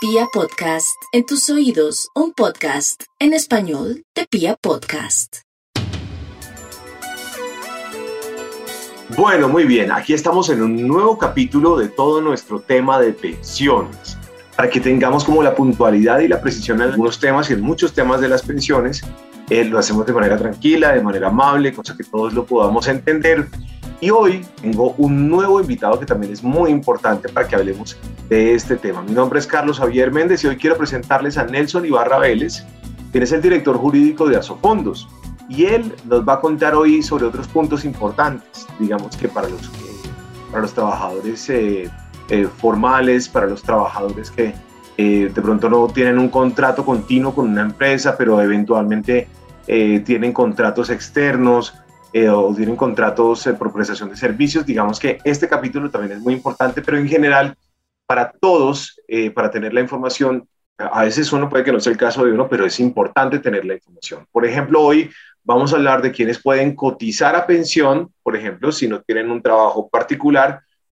Pia Podcast, en tus oídos, un podcast en español de Pia Podcast. Bueno, muy bien, aquí estamos en un nuevo capítulo de todo nuestro tema de pensiones, para que tengamos como la puntualidad y la precisión en algunos temas y en muchos temas de las pensiones. Lo hacemos de manera tranquila, de manera amable, cosa que todos lo podamos entender. Y hoy tengo un nuevo invitado que también es muy importante para que hablemos de este tema. Mi nombre es Carlos Javier Méndez y hoy quiero presentarles a Nelson Ibarra Vélez, quien es el director jurídico de Asofondos. Y él nos va a contar hoy sobre otros puntos importantes, digamos que para los trabajadores formales, para los trabajadores que de pronto no tienen un contrato continuo con una empresa, pero eventualmente tienen contratos externos o tienen contratos por prestación de servicios. Digamos que este capítulo también es muy importante, pero en general para todos, para tener la información, a veces uno puede que no sea el caso de uno, pero es importante tener la información. Por ejemplo, hoy vamos a hablar de quienes pueden cotizar a pensión, por ejemplo, si no tienen un trabajo particular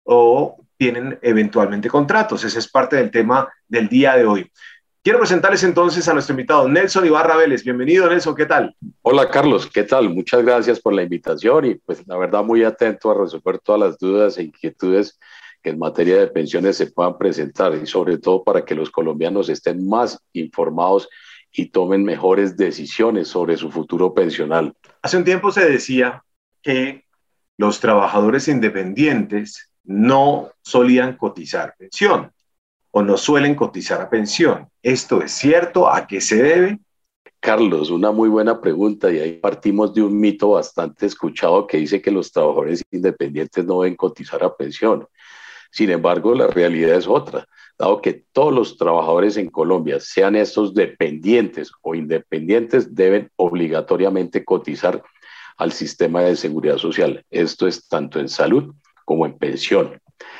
o tienen eventualmente contratos. Ese es parte del tema del día de hoy. Quiero presentarles entonces a nuestro invitado, Nelson Ibarra Vélez. Bienvenido, Nelson, ¿qué tal? Hola, Carlos, ¿qué tal? Muchas gracias por la invitación y pues la verdad muy atento a resolver todas las dudas e inquietudes que en materia de pensiones se puedan presentar y sobre todo para que los colombianos estén más informados y tomen mejores decisiones sobre su futuro pensional. Hace un tiempo se decía que los trabajadores independientes no solían cotizar pensión o no suelen cotizar a pensión. ¿Esto es cierto? ¿A qué se debe? Carlos, una muy buena pregunta y ahí partimos de un mito bastante escuchado que dice que los trabajadores independientes no deben cotizar a pensión. Sin embargo, la realidad es otra, dado que todos los trabajadores en Colombia, sean estos dependientes o independientes, deben obligatoriamente cotizar al sistema de seguridad social. Esto es tanto en salud como en pensión.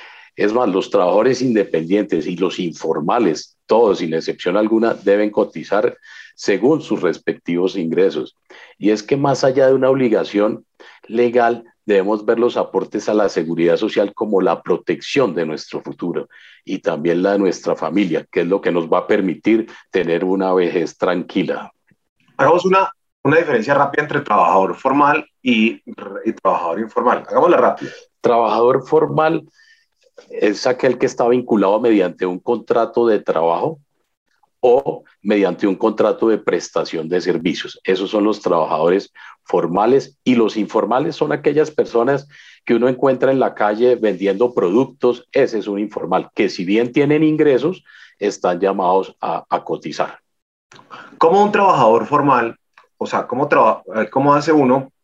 Es más, los trabajadores independientes y los informales, todos sin excepción alguna, deben cotizar según sus respectivos ingresos. Y es que más allá de una obligación legal, debemos ver los aportes a la seguridad social como la protección de nuestro futuro y también la de nuestra familia, que es lo que nos va a permitir tener una vejez tranquila. Hagamos una diferencia rápida entre trabajador formal y trabajador informal. Hagámosla rápida. Trabajador formal es aquel que está vinculado mediante un contrato de trabajo o mediante un contrato de prestación de servicios. Esos son los trabajadores formales, y los informales son aquellas personas que uno encuentra en la calle vendiendo productos. Ese es un informal, que si bien tienen ingresos, están llamados a cotizar. ¿Cómo un trabajador formal, o sea, cómo hace uno,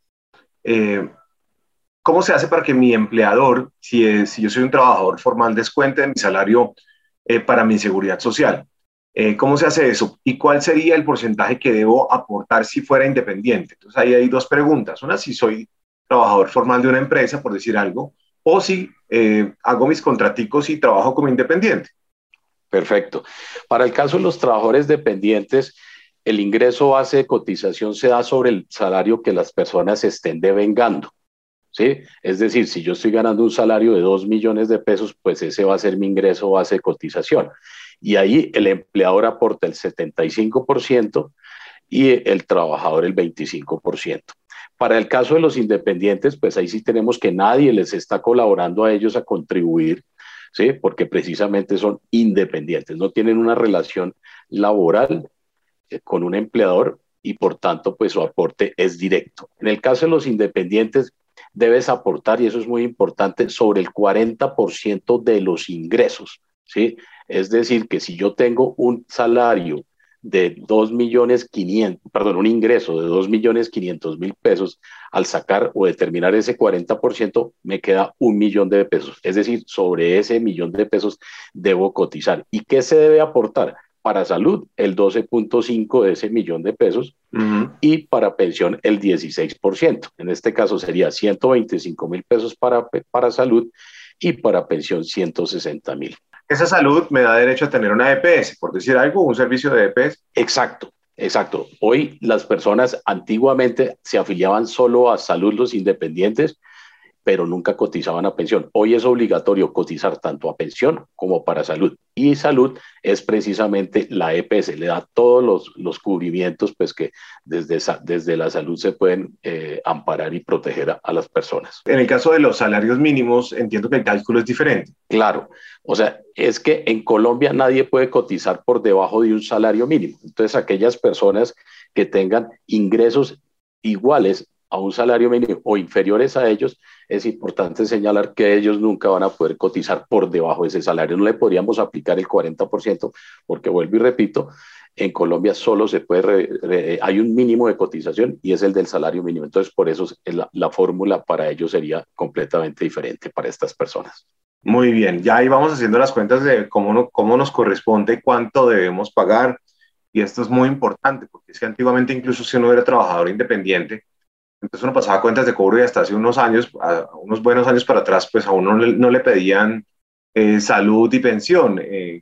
cómo se hace para que mi empleador, si yo soy un trabajador formal, descuente de mi salario para mi seguridad social? ¿Cómo se hace eso? ¿Y cuál sería el porcentaje que debo aportar si fuera independiente? Entonces ahí hay dos preguntas. Una, si soy trabajador formal de una empresa, por decir algo, o si hago mis contraticos y trabajo como independiente. Perfecto. Para el caso de los trabajadores dependientes, el ingreso base de cotización se da sobre el salario que las personas estén devengando, ¿sí? Es decir, si yo estoy ganando un salario de 2 millones de pesos, pues ese va a ser mi ingreso base de cotización. Y ahí el empleador aporta el 75% y el trabajador el 25%. Para el caso de los independientes, pues ahí sí tenemos que nadie les está colaborando a ellos a contribuir, ¿sí? Porque precisamente son independientes, no tienen una relación laboral con un empleador y por tanto pues su aporte es directo. En el caso de los independientes debes aportar, y eso es muy importante, sobre el 40% de los ingresos, ¿sí? Es decir, que si yo tengo un salario de 2.500.000, perdón, un ingreso de 2.500.000 pesos, al sacar o determinar ese 40%, me queda 1.000.000 de pesos. Es decir, sobre ese 1.000.000 de pesos debo cotizar. ¿Y qué se debe aportar? Para salud, el 12.5% de ese 1.000.000 de pesos, y para pensión, el 16%. En este caso sería 125.000 pesos para salud y para pensión 160.000. Esa salud me da derecho a tener una EPS, por decir algo, un servicio de EPS. Exacto, exacto. Hoy las personas antiguamente se afiliaban solo a salud, los independientes, pero nunca cotizaban a pensión. Hoy es obligatorio cotizar tanto a pensión como para salud. Y salud es precisamente la EPS, le da todos los cubrimientos pues, que desde la salud se pueden amparar y proteger a las personas. En el caso de los salarios mínimos, entiendo que el cálculo es diferente. Claro, o sea, es que en Colombia nadie puede cotizar por debajo de un salario mínimo. Entonces, aquellas personas que tengan ingresos iguales a un salario mínimo o inferiores a ellos, es importante señalar que ellos nunca van a poder cotizar por debajo de ese salario. No le podríamos aplicar el 40% porque, vuelvo y repito, en Colombia solo se puede, hay un mínimo de cotización y es el del salario mínimo. Entonces, por eso la fórmula para ellos sería completamente diferente para estas personas. Muy bien, ya ahí vamos haciendo las cuentas de cómo nos corresponde, cuánto debemos pagar. Y esto es muy importante porque es que antiguamente, incluso si uno era trabajador independiente, entonces uno pasaba cuentas de cobro y hasta hace unos años, unos buenos años para atrás, pues a uno no le pedían salud y pensión,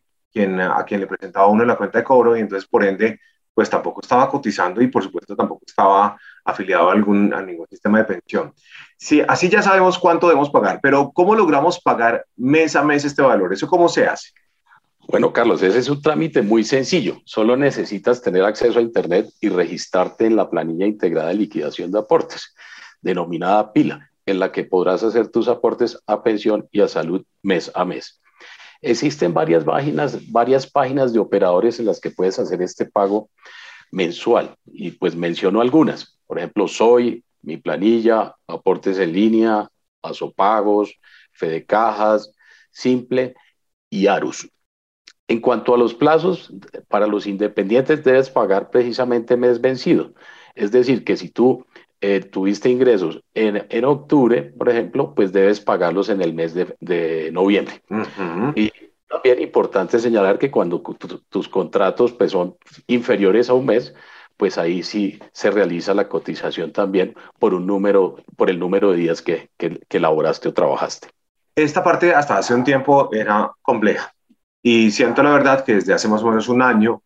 a quien le presentaba a uno la cuenta de cobro, y entonces por ende, pues tampoco estaba cotizando y por supuesto tampoco estaba afiliado a ningún sistema de pensión. Sí, así ya sabemos cuánto debemos pagar, pero ¿cómo logramos pagar mes a mes este valor? ¿Eso cómo se hace? Bueno, Carlos, ese es un trámite muy sencillo. Solo necesitas tener acceso a Internet y registrarte en la planilla integrada de liquidación de aportes, denominada PILA, en la que podrás hacer tus aportes a pensión y a salud mes a mes. Existen varias páginas de operadores en las que puedes hacer este pago mensual y pues menciono algunas. Por ejemplo, Soy, Mi Planilla, Aportes en Línea, Azopagos, Fedecajas, Simple y Arus. En cuanto a los plazos, para los independientes debes pagar precisamente mes vencido. Es decir, que si tú tuviste ingresos en octubre, por ejemplo, pues debes pagarlos en el mes de noviembre. Uh-huh. Y también importante señalar que cuando tus contratos pues, son inferiores a un mes, pues ahí sí se realiza la cotización también por el número de días que laboraste o trabajaste. Esta parte hasta hace un tiempo era compleja. Y siento la verdad que desde hace más o menos un año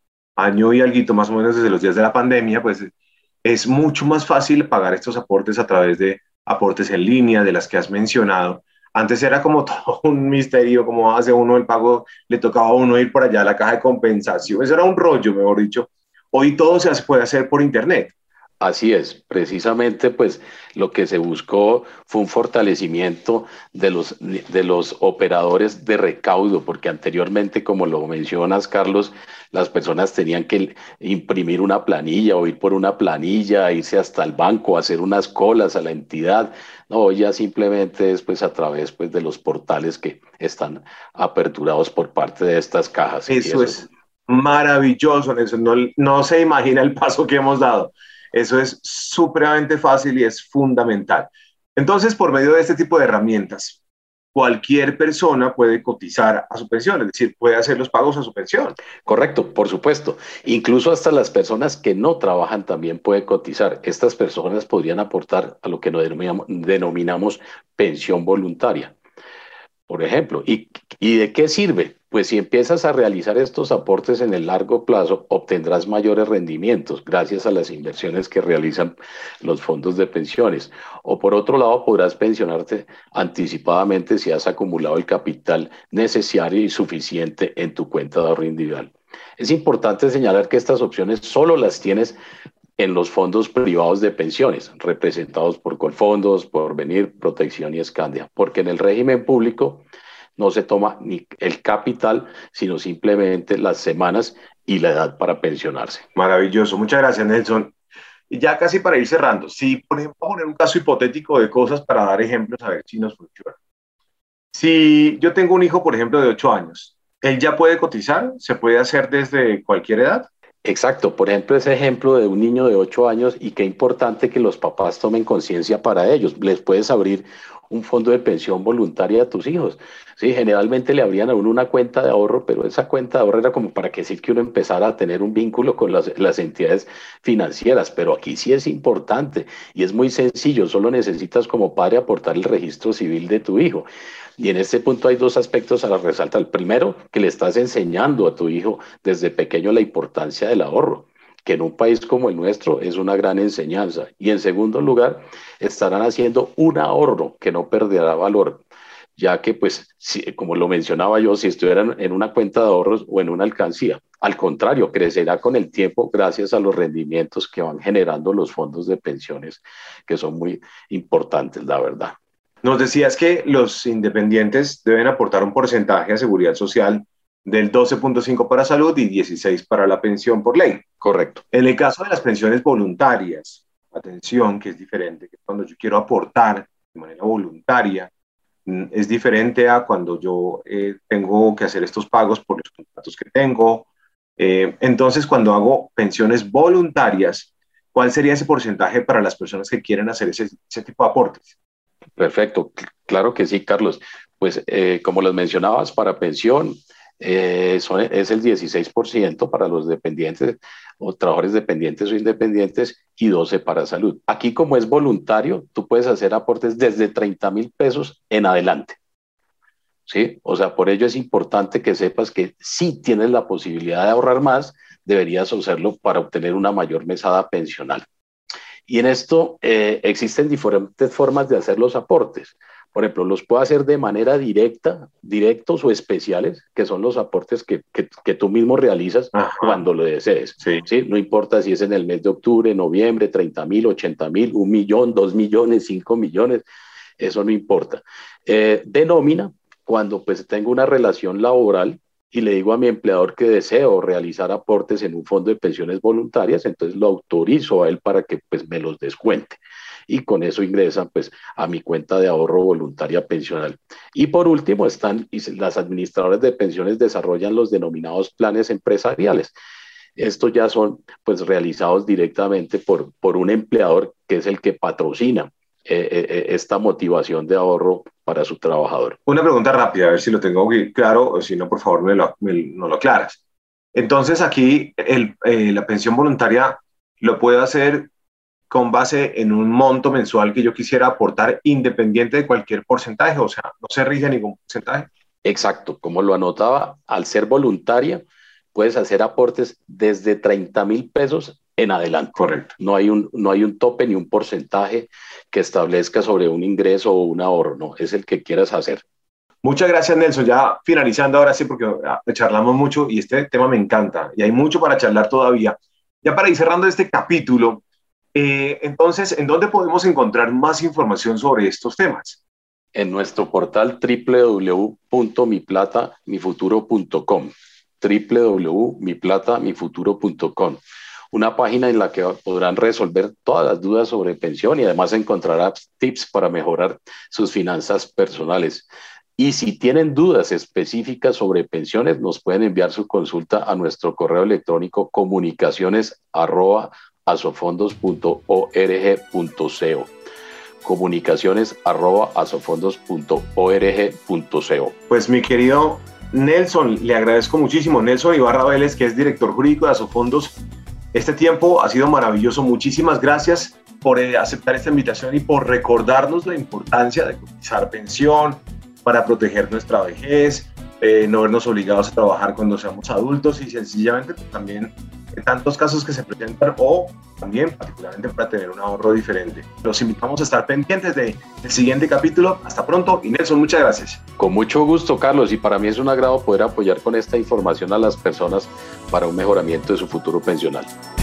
y alguito, más o menos desde los días de la pandemia, pues es mucho más fácil pagar estos aportes a través de aportes en línea, de las que has mencionado. Antes era como todo un misterio, cómo hace uno el pago, le tocaba a uno ir por allá a la caja de compensación. Eso era un rollo, mejor dicho. Hoy todo se puede hacer por internet. Así es, precisamente pues lo que se buscó fue un fortalecimiento de los operadores de recaudo, porque anteriormente, como lo mencionas, Carlos, las personas tenían que imprimir una planilla o ir por una planilla, irse hasta el banco, hacer unas colas a la entidad. No, ya simplemente es pues a través pues, de los portales que están aperturados por parte de estas cajas. Eso es maravilloso, Nelson. No se imagina el paso que hemos dado. Eso es supremamente fácil y es fundamental. Entonces, por medio de este tipo de herramientas, cualquier persona puede cotizar a su pensión, es decir, puede hacer los pagos a su pensión. Correcto, por supuesto. Incluso hasta las personas que no trabajan también pueden cotizar. Estas personas podrían aportar a lo que denominamos pensión voluntaria, por ejemplo. ¿Y de qué sirve? Pues si empiezas a realizar estos aportes en el largo plazo, obtendrás mayores rendimientos gracias a las inversiones que realizan los fondos de pensiones. O por otro lado, podrás pensionarte anticipadamente si has acumulado el capital necesario y suficiente en tu cuenta de ahorro individual. Es importante señalar que estas opciones solo las tienes en los fondos privados de pensiones, representados por Colfondos, Porvenir, Protección y Escandia, porque en el régimen público no se toma ni el capital, sino simplemente las semanas y la edad para pensionarse. Maravilloso, muchas gracias, Nelson. Y ya casi para ir cerrando, si por ejemplo poner un caso hipotético de cosas para dar ejemplos a ver si nos funciona. Si yo tengo un hijo, por ejemplo, de 8 años, ¿él ya puede cotizar? ¿Se puede hacer desde cualquier edad? Exacto, por ejemplo, ese ejemplo de un niño de 8 años y qué importante que los papás tomen conciencia para ellos. Les puedes abrir un fondo de pensión voluntaria a tus hijos. Sí, generalmente le abrían a uno una cuenta de ahorro, pero esa cuenta de ahorro era como para que sí que uno empezara a tener un vínculo con las entidades financieras, pero aquí sí es importante y es muy sencillo, solo necesitas como padre aportar el registro civil de tu hijo. Y en este punto hay dos aspectos a resaltar. El primero, que le estás enseñando a tu hijo desde pequeño la importancia del ahorro. que en un país como el nuestro es una gran enseñanza. Y en segundo lugar, estarán haciendo un ahorro que no perderá valor, ya que, pues, como lo mencionaba yo, si estuvieran en una cuenta de ahorros o en una alcancía, al contrario, crecerá con el tiempo gracias a los rendimientos que van generando los fondos de pensiones, que son muy importantes, la verdad. Nos decías que los independientes deben aportar un porcentaje a seguridad social del 12.5 para salud y 16 para la pensión por ley. Correcto. En el caso de las pensiones voluntarias, atención, que es diferente, que cuando yo quiero aportar de manera voluntaria, es diferente a cuando yo tengo que hacer estos pagos por los contratos que tengo. Entonces, cuando hago pensiones voluntarias, ¿cuál sería ese porcentaje para las personas que quieren hacer ese tipo de aportes? Perfecto, claro que sí, Carlos. Pues como les mencionabas, para pensión es el 16% para los dependientes o trabajadores dependientes o independientes y 12% para salud. Aquí, como es voluntario, tú puedes hacer aportes desde 30,000 pesos en adelante. ¿Sí? O sea, por ello es importante que sepas que si tienes la posibilidad de ahorrar más, deberías hacerlo para obtener una mayor mesada pensional. Y en esto existen diferentes formas de hacer los aportes. Por ejemplo, los puedo hacer de manera directos o especiales, que son los aportes que tú mismo realizas. Ajá. Cuando lo desees. Sí. ¿Sí? No importa si es en el mes de octubre, noviembre, 30,000, 80,000, 1 millón, 2 millones, 5 millones, eso no importa. De nómina, cuando pues tengo una relación laboral y le digo a mi empleador que deseo realizar aportes en un fondo de pensiones voluntarias, entonces lo autorizo a él para que pues me los descuente. Y con eso ingresan pues a mi cuenta de ahorro voluntaria pensional. Y por último las administradoras de pensiones desarrollan los denominados planes empresariales. Estos ya son pues realizados directamente por un empleador que es el que patrocina esta motivación de ahorro para su trabajador. Una pregunta rápida, a ver si lo tengo claro, o si no, por favor, no lo aclaras. Entonces, aquí la pensión voluntaria lo puedo hacer con base en un monto mensual que yo quisiera aportar independiente de cualquier porcentaje, o sea, no se rige ningún porcentaje. Exacto, como lo anotaba, al ser voluntaria, puedes hacer aportes desde 30,000 pesos en adelante. Correcto. No hay un tope ni un porcentaje que establezca sobre un ingreso o un ahorro, no, es el que quieras hacer. Muchas gracias, Nelson. Ya finalizando ahora sí, porque charlamos mucho y este tema me encanta y hay mucho para charlar todavía. Ya para ir cerrando este capítulo, entonces, ¿en dónde podemos encontrar más información sobre estos temas? En nuestro portal www.miplatamifuturo.com www.miplatamifuturo.com, una página en la que podrán resolver todas las dudas sobre pensión y además encontrarán tips para mejorar sus finanzas personales. Y si tienen dudas específicas sobre pensiones, nos pueden enviar su consulta a nuestro correo electrónico comunicaciones@asofondos.org.co comunicaciones@asofondos.org.co. Pues mi querido Nelson, le agradezco muchísimo. Nelson Ibarra Vélez, que es director jurídico de Asofondos. Este tiempo ha sido maravilloso. Muchísimas gracias por aceptar esta invitación y por recordarnos la importancia de cotizar pensión para proteger nuestra vejez, no vernos obligados a trabajar cuando seamos adultos y sencillamente pues, también en tantos casos que se presentan o también particularmente para tener un ahorro diferente. Los invitamos a estar pendientes del siguiente capítulo. Hasta pronto y Nelson, muchas gracias. Con mucho gusto, Carlos, y para mí es un agrado poder apoyar con esta información a las personas para un mejoramiento de su futuro pensional.